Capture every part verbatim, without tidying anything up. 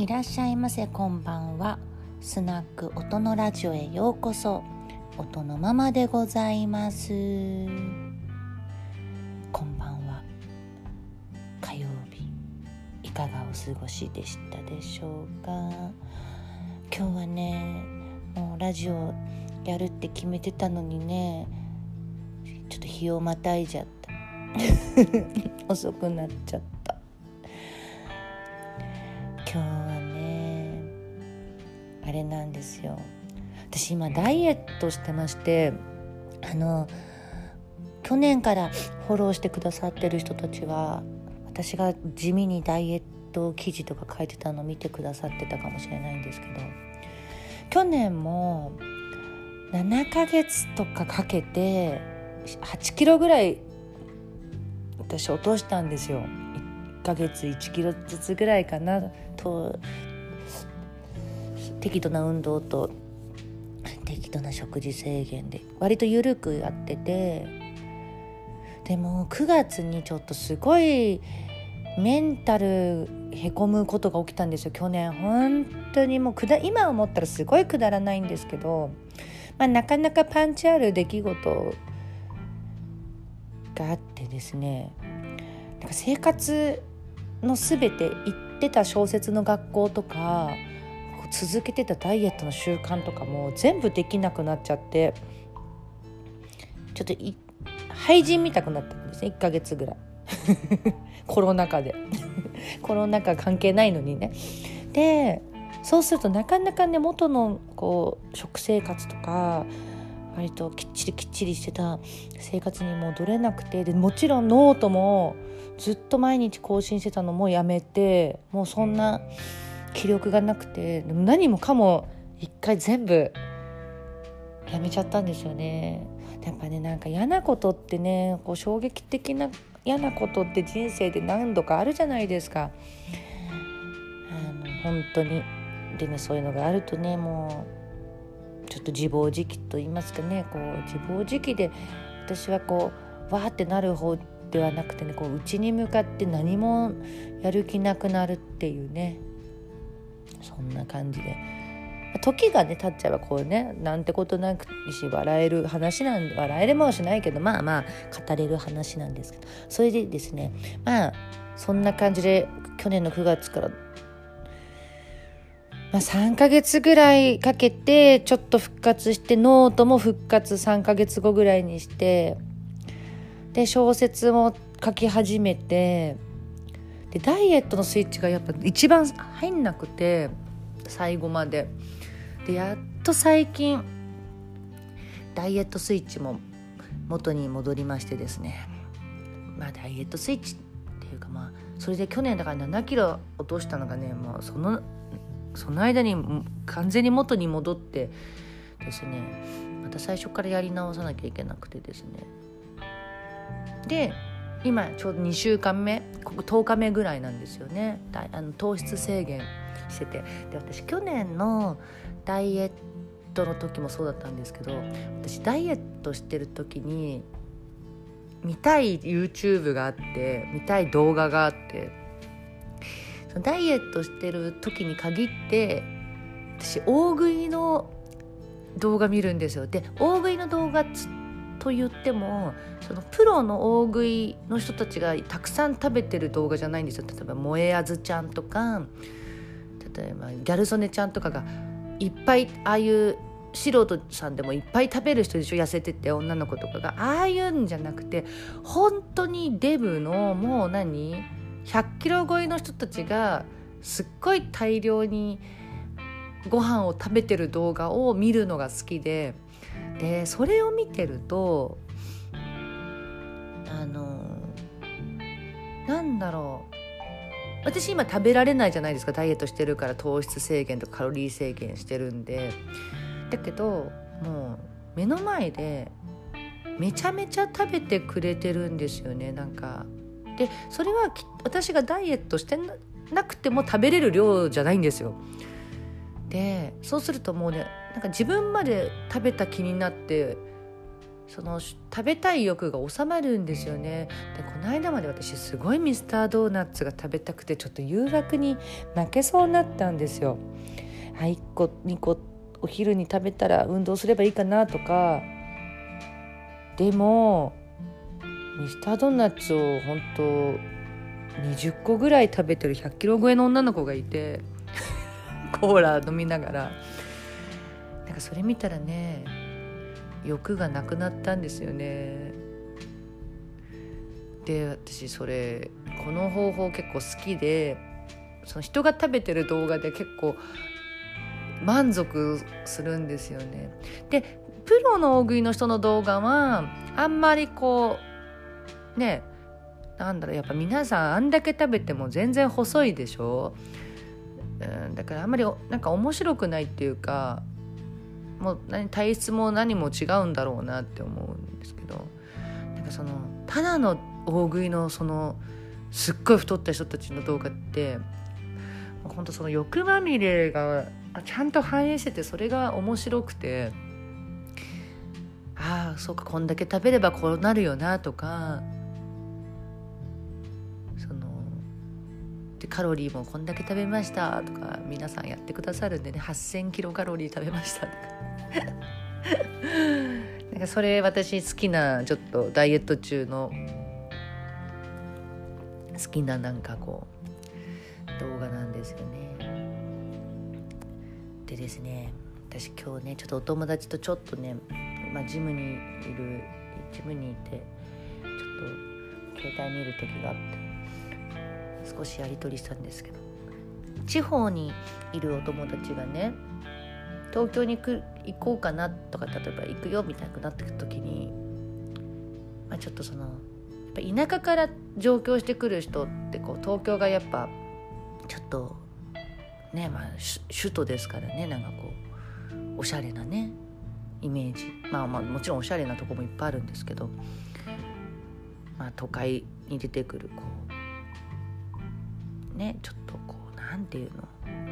いらっしゃいませ、こんばんは。スナック音のラジオへようこそ。音のままでございます。こんばんは。火曜日いかがお過ごしでしたでしょうか。今日はね、もうラジオやるって決めてたのにね、ちょっと日をまたいじゃった遅くなっちゃった。今日はね、あれなんですよ。私今ダイエットしてまして、あの去年からフォローしてくださってる人たちは、私が地味にダイエット記事とか書いてたのを見てくださってたかもしれないんですけど、去年もななかげつとかかけてはちキロぐらい私落としたんですよ。いっかげついちキロずつぐらいかなと、適度な運動と適度な食事制限で割と緩くやってて、でもくがつにちょっとすごいメンタルへこむことが起きたんですよ。去年本当にもうくだ今思ったらすごいくだらないんですけど、まあ、なかなかパンチある出来事があってですね、なんか生活のすべて行ってた小説の学校とか続けてたダイエットの習慣とかも全部できなくなっちゃって、ちょっとい廃人見たくなったんですね。いっかげつぐらいコロナ禍でコロナ禍関係ないのにね。でそうするとなかなかね、元のこう食生活とか割ときっちりきっちりしてた生活に戻れなくて、でもちろんノートもずっと毎日更新してたのもやめて、もうそんな気力がなくて、何もかも一回全部やめちゃったんですよね。やっぱね、なんか嫌なことってね、こう衝撃的な嫌なことって人生で何度かあるじゃないですか。あの本当にでね、そういうのがあるとね、もうちょっと自暴自棄と言いますかね、こう自暴自棄で私はこうわーってなる方ではなくてね、こう内に向かって何もやる気なくなるっていうね、そんな感じで、時がね経っちゃえばこうね、なんてことなくし笑える話なんで、笑えれもしないけど、まあまあ語れる話なんですけど、それでですね、まあそんな感じで去年のくがつから、まあ、さんかげつぐらいかけてちょっと復活して、ノートも復活さんかげつごぐらいにして、で小説も書き始めて、でダイエットのスイッチがやっぱ一番入んなくて、最後まででやっと最近ダイエットスイッチも元に戻りましてですね、まあダイエットスイッチっていうか、まあそれで去年だからななキロ落としたのがね、もうそのその間に完全に元に戻ってですね、また最初からやり直さなきゃいけなくてですね、で今ちょうどにしゅうかんめ、こことおかめぐらいなんですよね。あの糖質制限してて、で私去年のダイエットの時もそうだったんですけど、私ダイエットしてる時に見たい YouTube があって、見たい動画があって、そのダイエットしてる時に限って私大食いの動画見るんですよ。で大食いの動画つと言っても、そのプロの大食いの人たちがたくさん食べてる動画じゃないんですよ。例えばもえあずちゃんとか、例えばギャル曽根ちゃんとかがいっぱい、ああいう素人さんでもいっぱい食べる人でしょ、痩せてて女の子とかが、ああいうんじゃなくて、本当にデブのもう何ひゃっキロ超えの人たちがすっごい大量にご飯を食べてる動画を見るのが好きで、でそれを見てると、あのなんだろう、私今食べられないじゃないですか、ダイエットしてるから。糖質制限とかカロリー制限してるんで。だけどもう目の前でめちゃめちゃ食べてくれてるんですよね。なんかでそれは私がダイエットしてなくても食べれる量じゃないんですよ。でそうするともうね、なんか自分まで食べた気になってその食べたい欲が収まるんですよね。でこの間まで私すごいミスタードーナツが食べたくてちょっと誘惑に負けそうになったんですよ。あいっこにこお昼に食べたら運動すればいいかなとか、でもミスタードーナツを本当にじゅっこぐらい食べてるひゃっキロ超えの女の子がいてコーラ飲みながら、なんかそれ見たらね欲がなくなったんですよね。で私それこの方法結構好きで、その人が食べてる動画で結構満足するんですよね。でプロの大食いの人の動画はあんまりこうね、なんだろう、やっぱ皆さんあんだけ食べても全然細いでしょ、うん、だからあんまりなんか面白くないっていうか、もう何体質も何も違うんだろうなって思うんですけど、なんかそのただの大食いのそのすっごい太った人たちの動画って本当その欲まみれがちゃんと反映してて、それが面白くて、ああそうかこんだけ食べればこうなるよなとか、そのでカロリーもこんだけ食べましたとか皆さんやってくださるんでね、はっせんキロカロリー食べましたとかなんかそれ私好きな、ちょっとダイエット中の好きななんかこう動画なんですよね。でですね、私今日ねちょっとお友達とちょっとね、まあ、ジムにいるジムにいてちょっと携帯見る時があって少しやり取りしたんですけど、地方にいるお友達がね東京に行こうかなとか、例えば行くよみたいになってくる時に、まあ、ちょっとそのやっぱ田舎から上京してくる人ってこう東京がやっぱちょっとね、まあ、首都ですからね、なんかこうおしゃれなねイメージ、まあまあもちろんおしゃれなとこもいっぱいあるんですけど、まあ都会に出てくるこうね、ちょっとこうなんていうの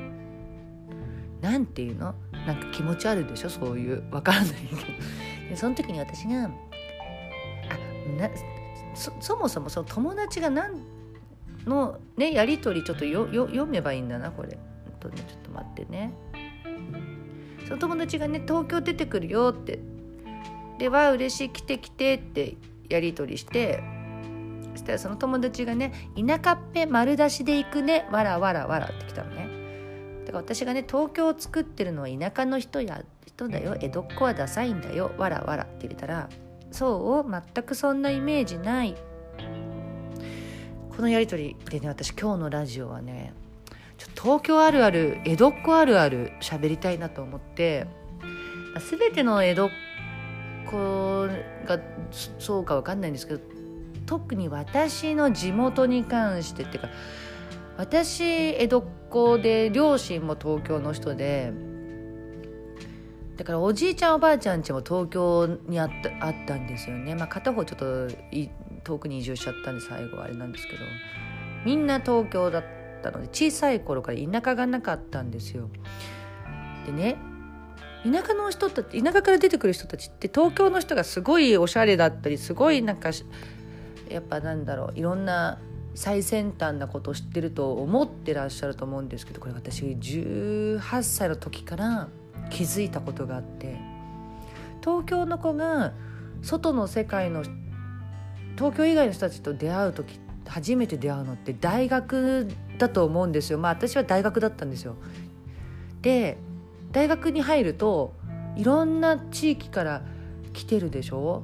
なんていうのなんか気持ち悪いでしょ、そういうわからないけどでその時に私があな そ, そもそもその友達が何の、ね、やり取りちょっとよよ読めばいいんだなこれ、とね、ちょっと待ってね。その友達がね東京出てくるよって、では嬉しい来て来てってやり取りして、そしたらその友達がね田舎っぺ丸出しで行くねわらわらわらって来たのね。だから私がね東京を作ってるのは田舎の人や人だよ、江戸っ子はダサいんだよわらわらって入れたら、そう全くそんなイメージない。このやり取りでね、私今日のラジオはねちょっと東京あるある江戸っ子あるある喋りたいなと思って、全ての江戸っ子がそうか分かんないんですけど、特に私の地元に関してっていうか、私江戸っ子で両親も東京の人で、だからおじいちゃんおばあちゃん家も東京にあった、あったんですよね。まあ片方ちょっと遠くに移住しちゃったんで最後はあれなんですけど、みんな東京だったので小さい頃から田舎がなかったんですよ。でね、田舎の人たち、田舎から出てくる人たちって東京の人がすごいおしゃれだったり、すごいなんかやっぱなんだろう、いろんな最先端なことを知ってると思ってらっしゃると思うんですけど、これ私じゅうはっさいの時から気づいたことがあって、東京の子が外の世界の東京以外の人たちと出会う時、初めて出会うのって大学だと思うんですよ。まあ私は大学だったんですよ。で大学に入るといろんな地域から来てるでしょ。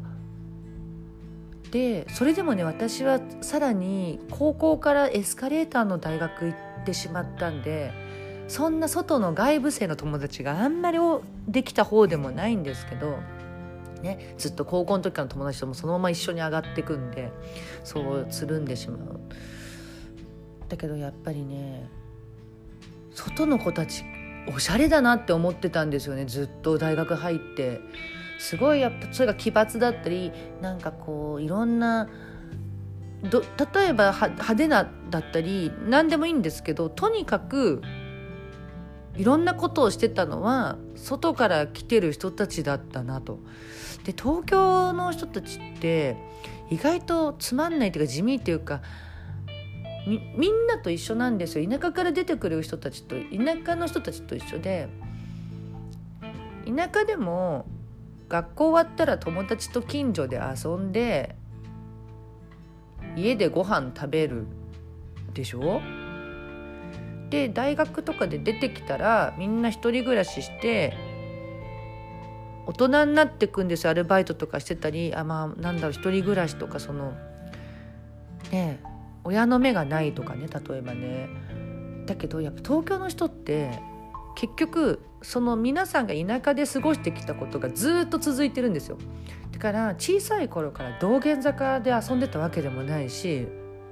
でそれでもね、私はさらに高校からエスカレーターの大学行ってしまったんで、そんな外の外部生の友達があんまりできた方でもないんですけどね、ずっと高校の時からの友達ともそのまま一緒に上がってくんで、そうつるんでしまう。だけどやっぱりね、外の子たちおしゃれだなって思ってたんですよね。ずっと大学入ってすごいやっぱそれが奇抜だったり、なんかこういろんなど例えば派手なだったり何でもいいんですけど、とにかくいろんなことをしてたのは外から来てる人たちだったなと。で東京の人たちって意外とつまんないっていうか地味っていうか み, みんなと一緒なんですよ。田舎から出てくる人たちと田舎の人たちと一緒で、田舎でも学校終わったら友達と近所で遊んで家でご飯食べるでしょ。で大学とかで出てきたらみんな一人暮らしして大人になってくんですよ。アルバイトとかしてたり、あまあなんだろう一人暮らしとかそのね親の目がないとかね、例えばね。だけどやっぱ東京の人って結局その皆さんが田舎で過ごしてきたことがずっと続いてるんですよ。だから小さい頃から道玄坂で遊んでたわけでもないし、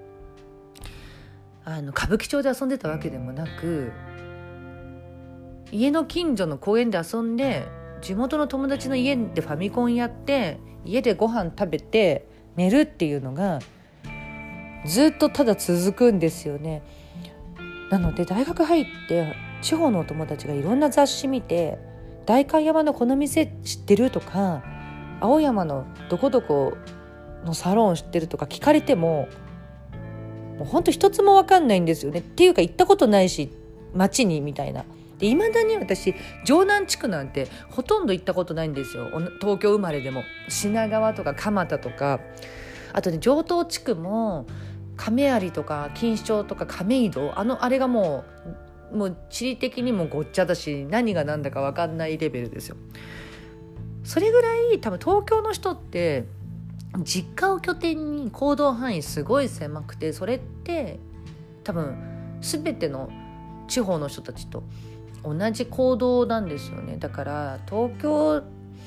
あの歌舞伎町で遊んでたわけでもなく、家の近所の公園で遊んで地元の友達の家でファミコンやって家でご飯食べて寝るっていうのがずっとただ続くんですよね。なので大学入って地方のお友達がいろんな雑誌見て、代官山のこの店知ってるとか、青山のどこどこのサロン知ってるとか聞かれてももうほんと一つも分かんないんですよね。っていうか行ったことないし街にみたいな。で未だに私城南地区なんてほとんど行ったことないんですよ。東京生まれでも品川とか蒲田とか、あとね城東地区も亀有とか錦糸町とか亀戸、あのあれがもうもう地理的にもごっちゃだし何が何だか分かんないレベルですよ。それぐらい多分東京の人って実家を拠点に行動範囲すごい狭くて、それって多分全ての地方の人たちと同じ行動なんですよね。だから東京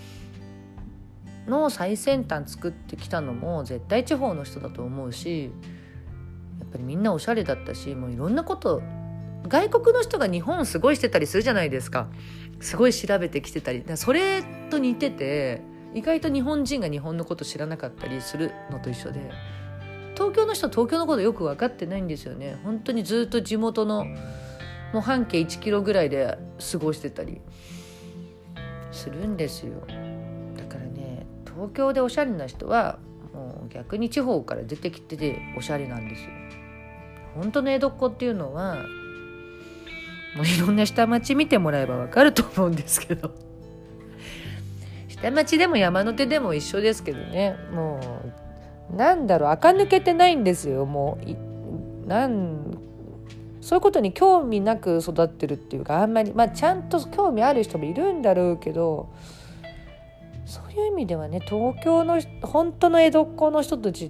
の最先端作ってきたのも絶対地方の人だと思うし、やっぱりみんなおしゃれだったし、もういろんなこと外国の人が日本すごいしてたりするじゃないですか。すごい調べてきてたり、それと似てて意外と日本人が日本のこと知らなかったりするのと一緒で、東京の人は東京のことよく分かってないんですよね。本当にずっと地元のもう半径いちキロぐらいで過ごしてたりするんですよ。だからね東京でおしゃれな人はもう逆に地方から出てきてておしゃれなんですよ。本当の江戸っ子っていうのはもういろんな下町見てもらえば分かると思うんですけど下町でも山の手でも一緒ですけどね。もうなんだろう垢抜けてないんですよ。もうなんそういうことに興味なく育ってるっていうか、あんまりまあちゃんと興味ある人もいるんだろうけど、そういう意味ではね東京の本当の江戸っ子の人たちって、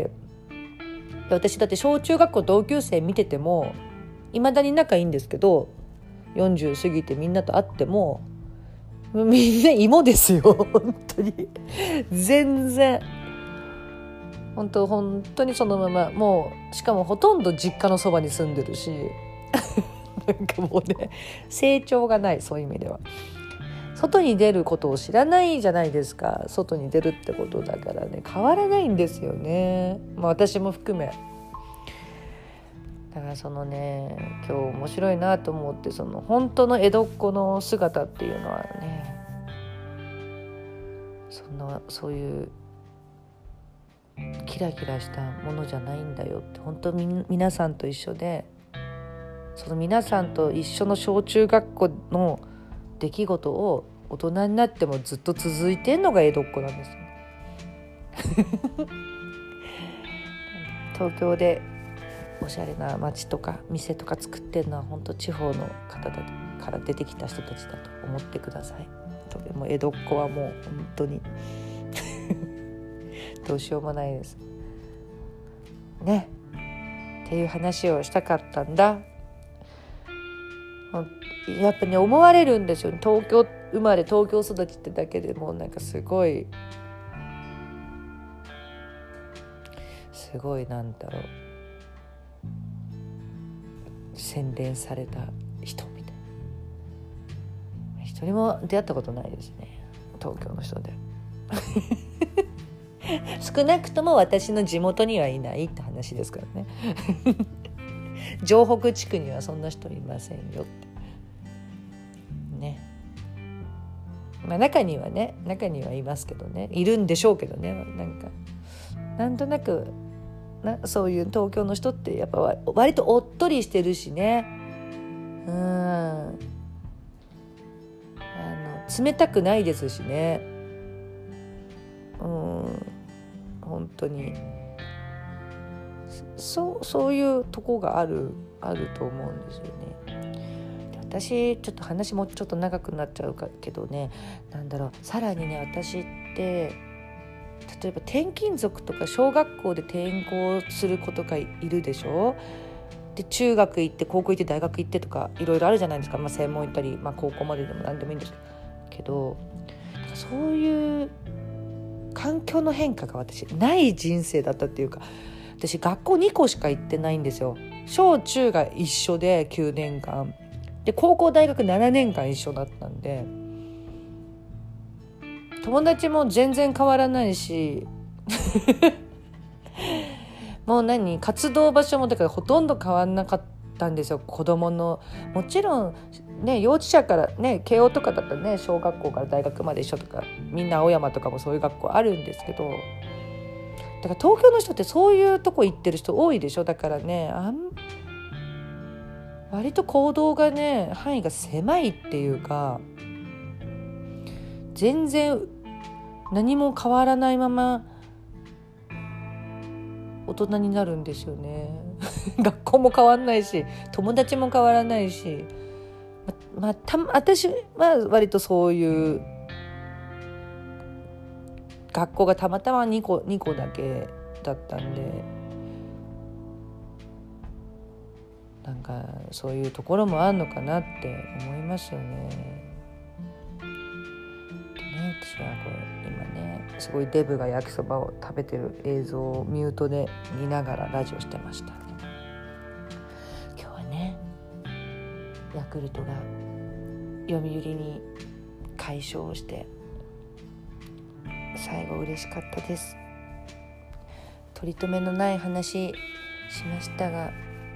私だって小中学校同級生見ててもいまだに仲いいんですけど、よんじゅう過ぎてみんなと会ってもみんな芋ですよ本当に全然本当本当にそのまま、もうしかもほとんど実家のそばに住んでるしなんかもうね成長がない。そういう意味では外に出ることを知らないじゃないですか。外に出るってことだからね変わらないんですよね、まあ、私も含め。だからそのね今日面白いなと思って、その本当の江戸っ子の姿っていうのはね、そんなそういうキラキラしたものじゃないんだよって。本当み皆さんと一緒で、その皆さんと一緒の小中学校の出来事を大人になってもずっと続いてんのが江戸っ子なんですよ東京でおしゃれな街とか店とか作ってるのは本当地方の方だから出てきた人たちだと思ってください。でも江戸っ子はもう本当にどうしようもないですねっていう話をしたかったんだ。やっぱね思われるんですよね。東京生まれ東京育ちってだけでもうなんかすごいすごいなんだろう洗練された人みたいな。一人も出会ったことないですね東京の人で少なくとも私の地元にはいないって話ですからね城北地区にはそんな人いませんよって。 まあ中にはね中にはいますけどね、いるんでしょうけどね、なんかなんとなくなそういう東京の人ってやっぱ割とおっとりしてるしね、うん、あの冷たくないですしね、うん、本当にそうそういうとこがあるあると思うんですよね。私ちょっと話もちょっと長くなっちゃうけどね、なんだろう、さらにね私って例えば転勤族とか小学校で転校する子とかいるでしょ。で中学行って高校行って大学行ってとかいろいろあるじゃないですか、まあ、専門行ったり、まあ、高校まででも何でもいいんですけど、そういう環境の変化が私ない人生だったっていうか、私学校にこしか行ってないんですよ。小中が一緒できゅうねんかんで、高校大学ななねんかん一緒だったんで、友達も全然変わらないしもう何活動場所もだからほとんど変わんなかったんですよ。子供のもちろんね、幼稚舎からね、慶応とかだったらね、小学校から大学まで一緒とか、みんな青山とかもそういう学校あるんですけど、だから東京の人ってそういうとこ行ってる人多いでしょ。だからね、あん割と行動がね範囲が狭いっていうか、全然何も変わらないまま大人になるんですよね学校も変わんないし友達も変わらないし、ままあ、た私は割とそういう学校がたまたまにこ、にこだけだったんで、なんかそういうところもあるのかなって思いますよね。でね、私はこれ今ねすごいデブが焼きそばを食べてる映像をミュートで見ながらラジオしてました。今日はねヤクルトが読売に快勝して最後嬉しかったです。取り留めのない話しましたが、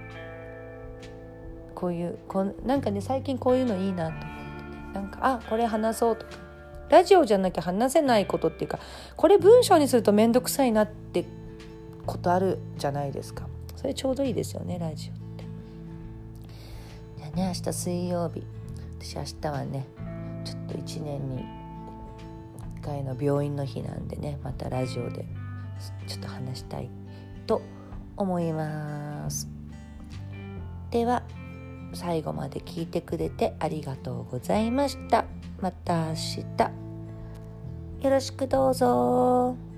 こういうこうなんかね最近こういうのいいなと思ってね、なんかあこれ話そうとか、ラジオじゃなきゃ話せないことっていうか、これ文章にするとめんどくさいなってことあるじゃないですか。それちょうどいいですよね、ラジオって。じゃあね、明日水曜日、私明日はねちょっといちねんにいっかいの病院の日なんでね、またラジオでちょっと話したいと思います。では最後まで聞いてくれてありがとうございました。また明日よろしくどうぞ。